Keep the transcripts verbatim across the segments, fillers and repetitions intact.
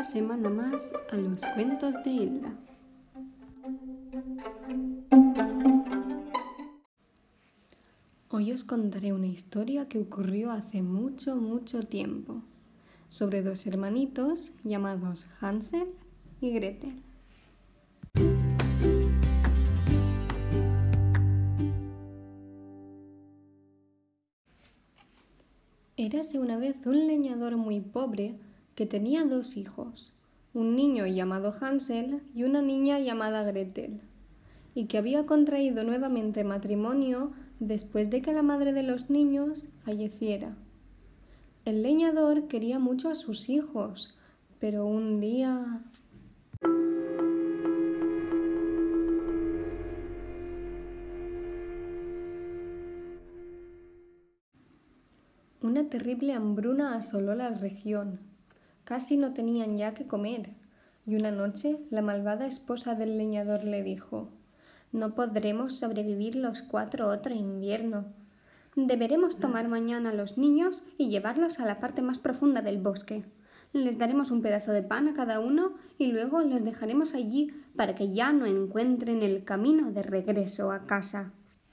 semana más a los cuentos de Hilda. Hoy os contaré una historia que ocurrió hace mucho, mucho tiempo, sobre dos hermanitos llamados Hansel y Gretel. Érase una vez un leñador muy pobre que tenía dos hijos, un niño llamado Hansel y una niña llamada Gretel, y que había contraído nuevamente matrimonio después de que la madre de los niños falleciera. El leñador quería mucho a sus hijos, pero un día... Una terrible hambruna asoló la región. Casi no tenían ya que comer, y una noche la malvada esposa del leñador le dijo: «No podremos sobrevivir los cuatro otro invierno. Deberemos tomar mañana a los niños y llevarlos a la parte más profunda del bosque. Les daremos un pedazo de pan a cada uno y luego los dejaremos allí para que ya no encuentren el camino de regreso a casa».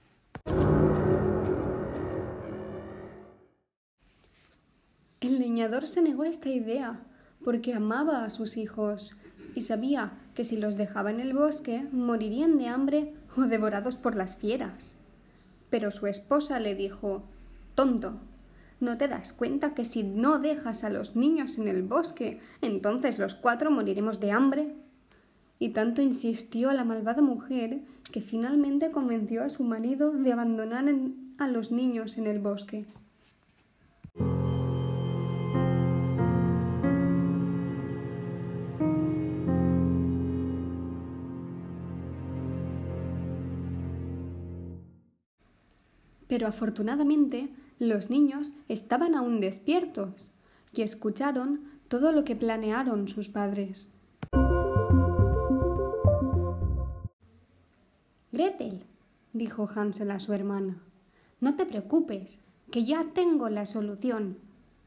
El leñador se negó a esta idea porque amaba a sus hijos y sabía que si los dejaba en el bosque morirían de hambre o devorados por las fieras. Pero su esposa le dijo: «Tonto, ¿no te das cuenta que si no dejas a los niños en el bosque, entonces los cuatro moriremos de hambre?» Y tanto insistió la malvada mujer que finalmente convenció a su marido de abandonar en, a los niños en el bosque. Pero afortunadamente los niños estaban aún despiertos y escucharon todo lo que planearon sus padres. «Gretel», dijo Hansel a su hermana, «no te preocupes, que ya tengo la solución».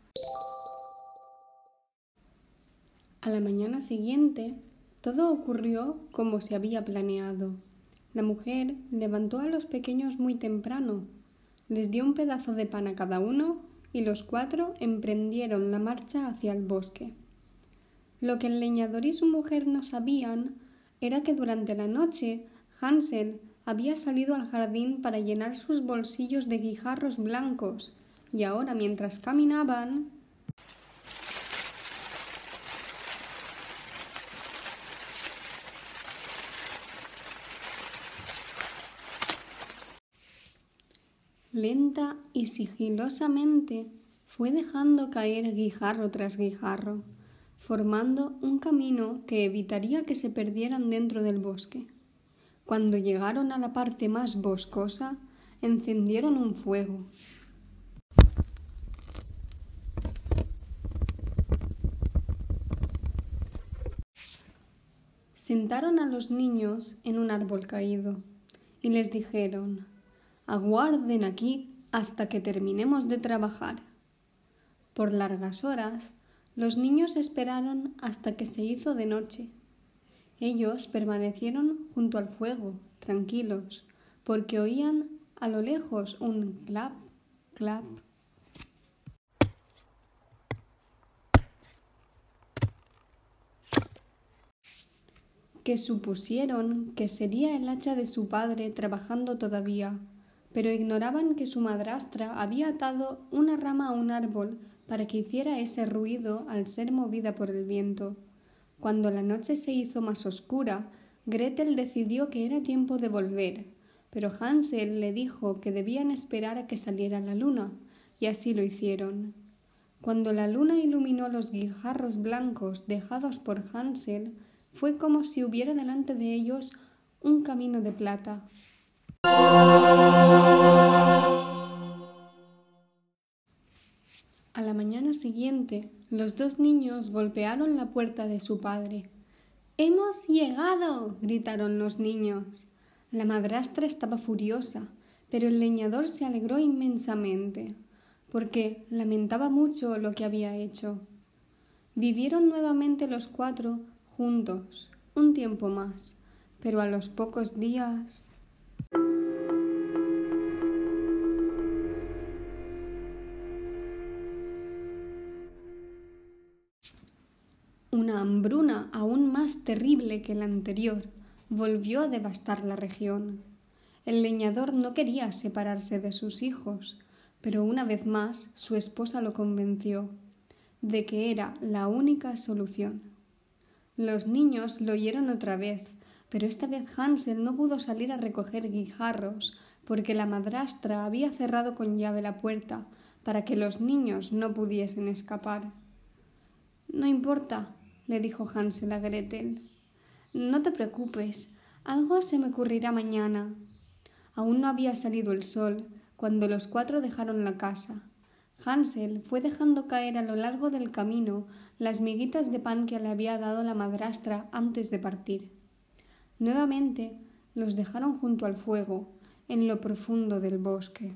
A la mañana siguiente, todo ocurrió como se había planeado. La mujer levantó a los pequeños muy temprano, les dio un pedazo de pan a cada uno y los cuatro emprendieron la marcha hacia el bosque. Lo que el leñador y su mujer no sabían era que durante la noche Hansel había salido al jardín para llenar sus bolsillos de guijarros blancos y ahora, mientras caminaban, lenta y sigilosamente fue dejando caer guijarro tras guijarro, formando un camino que evitaría que se perdieran dentro del bosque. Cuando llegaron a la parte más boscosa, encendieron un fuego. Sentaron a los niños en un árbol caído y les dijeron: «Aguarden aquí hasta que terminemos de trabajar». Por largas horas, los niños esperaron hasta que se hizo de noche. Ellos permanecieron junto al fuego, tranquilos, porque oían a lo lejos un clap, clap. Que supusieron que sería el hacha de su padre trabajando todavía, pero ignoraban que su madrastra había atado una rama a un árbol para que hiciera ese ruido al ser movida por el viento. Cuando la noche se hizo más oscura, Gretel decidió que era tiempo de volver, pero Hansel le dijo que debían esperar a que saliera la luna, y así lo hicieron. Cuando la luna iluminó los guijarros blancos dejados por Hansel, fue como si hubiera delante de ellos un camino de plata. A la mañana siguiente, los dos niños golpearon la puerta de su padre. «¡Hemos llegado!», gritaron los niños. La madrastra estaba furiosa, pero el leñador se alegró inmensamente, porque lamentaba mucho lo que había hecho. Vivieron nuevamente los cuatro juntos, un tiempo más, pero a los pocos días... Una hambruna aún más terrible que la anterior volvió a devastar la región. El leñador no quería separarse de sus hijos, pero una vez más su esposa lo convenció de que era la única solución. Los niños lo oyeron otra vez, pero esta vez Hansel no pudo salir a recoger guijarros porque la madrastra había cerrado con llave la puerta para que los niños no pudiesen escapar. «No importa», le dijo Hansel a Gretel. «No te preocupes, algo se me ocurrirá mañana». Aún no había salido el sol cuando los cuatro dejaron la casa. Hansel fue dejando caer a lo largo del camino las miguitas de pan que le había dado la madrastra antes de partir. Nuevamente los dejaron junto al fuego, en lo profundo del bosque.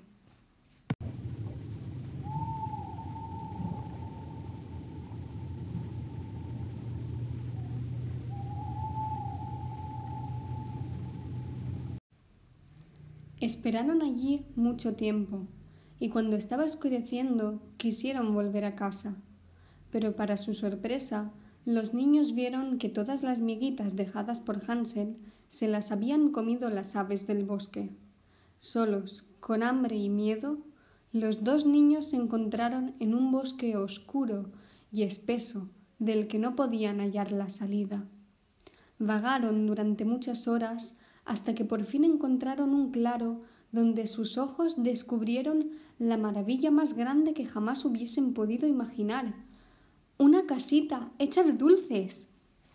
Esperaron allí mucho tiempo, y cuando estaba oscureciendo quisieron volver a casa. Pero para su sorpresa, los niños vieron que todas las miguitas dejadas por Hansel se las habían comido las aves del bosque. Solos, con hambre y miedo, los dos niños se encontraron en un bosque oscuro y espeso del que no podían hallar la salida. Vagaron durante muchas horas hasta que por fin encontraron un claro donde sus ojos descubrieron la maravilla más grande que jamás hubiesen podido imaginar. Una casita hecha de dulces.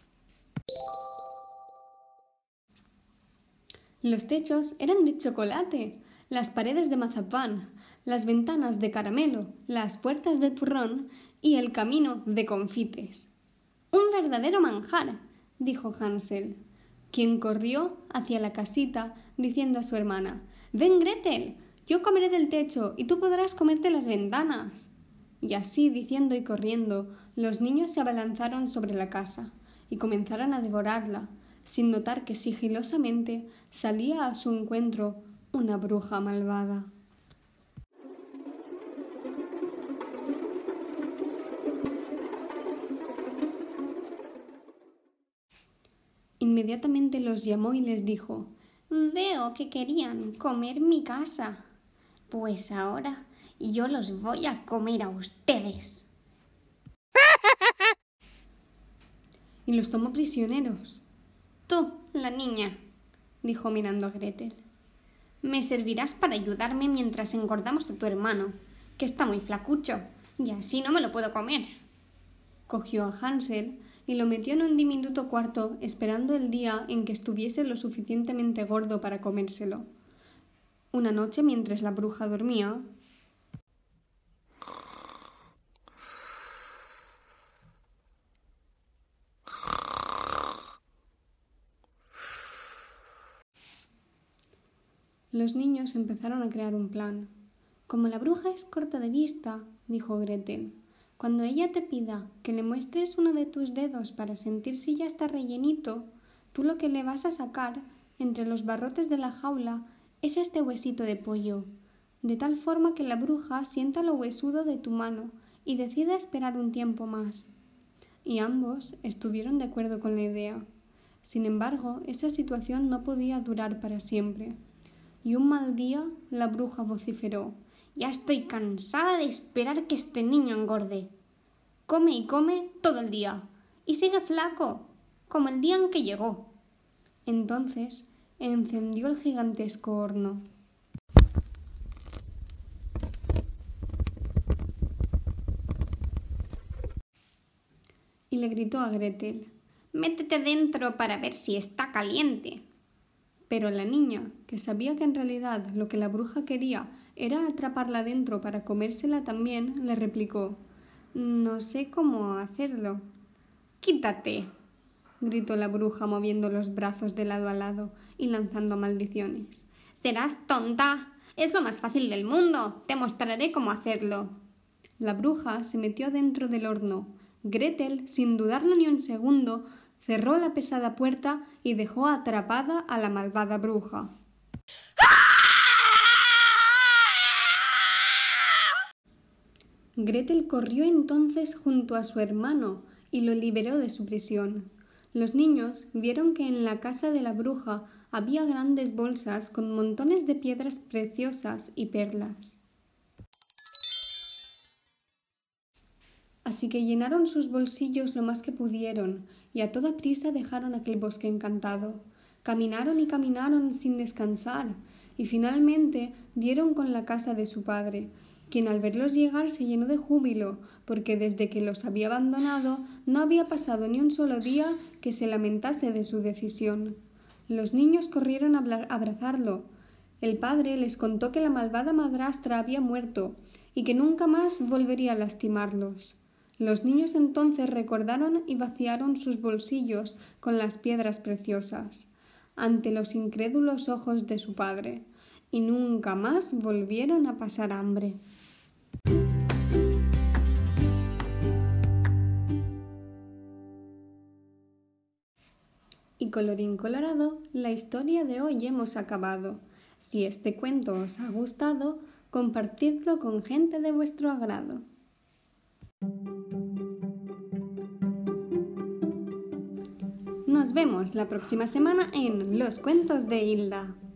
Los techos eran de chocolate, las paredes de mazapán, las ventanas de caramelo, las puertas de turrón y el camino de confites. «Un verdadero manjar», dijo Hansel, quien corrió hacia la casita diciendo a su hermana: «Ven, Gretel, yo comeré del techo y tú podrás comerte las ventanas». Y así, diciendo y corriendo, los niños se abalanzaron sobre la casa y comenzaron a devorarla, sin notar que sigilosamente salía a su encuentro una bruja malvada. Inmediatamente los llamó y les dijo: «Veo que querían comer mi casa. Pues ahora yo los voy a comer a ustedes». Y los tomó prisioneros. «Tú, la niña», dijo mirando a Gretel, «me servirás para ayudarme mientras engordamos a tu hermano, que está muy flacucho, y así no me lo puedo comer». Cogió a Hansel y lo metió en un diminuto cuarto esperando el día en que estuviese lo suficientemente gordo para comérselo. Una noche, mientras la bruja dormía, los niños empezaron a crear un plan. «Como la bruja es corta de vista», dijo Gretel, «cuando ella te pida que le muestres uno de tus dedos para sentir si ya está rellenito, tú lo que le vas a sacar entre los barrotes de la jaula es este huesito de pollo, de tal forma que la bruja sienta lo huesudo de tu mano y decida esperar un tiempo más». Y ambos estuvieron de acuerdo con la idea. Sin embargo, esa situación no podía durar para siempre. Y un mal día la bruja vociferó: «Ya estoy cansada de esperar que este niño engorde. Come y come todo el día, y sigue flaco, como el día en que llegó». Entonces encendió el gigantesco horno. Y le gritó a Gretel: «Métete dentro para ver si está caliente». Pero la niña, que sabía que en realidad lo que la bruja quería era atraparla dentro para comérsela también, le replicó: «No sé cómo hacerlo». «Quítate», gritó la bruja moviendo los brazos de lado a lado y lanzando maldiciones. «Serás tonta. Es lo más fácil del mundo. Te mostraré cómo hacerlo». La bruja se metió dentro del horno Gretel, sin dudarlo ni un segundo, cerró la pesada puerta y dejó atrapada a la malvada bruja. Gretel corrió entonces junto a su hermano y lo liberó de su prisión. Los niños vieron que en la casa de la bruja había grandes bolsas con montones de piedras preciosas y perlas. Así que llenaron sus bolsillos lo más que pudieron y a toda prisa dejaron aquel bosque encantado. Caminaron y caminaron sin descansar y finalmente dieron con la casa de su padre, quien al verlos llegar se llenó de júbilo, porque desde que los había abandonado no había pasado ni un solo día que se lamentase de su decisión. Los niños corrieron a abrazarlo. El padre les contó que la malvada madrastra había muerto y que nunca más volvería a lastimarlos. Los niños entonces recordaron y vaciaron sus bolsillos con las piedras preciosas ante los incrédulos ojos de su padre, y nunca más volvieron a pasar hambre. Y colorín colorado, la historia de hoy hemos acabado. Si este cuento os ha gustado, compartidlo con gente de vuestro agrado. Nos vemos la próxima semana en Los Cuentos de Hilda.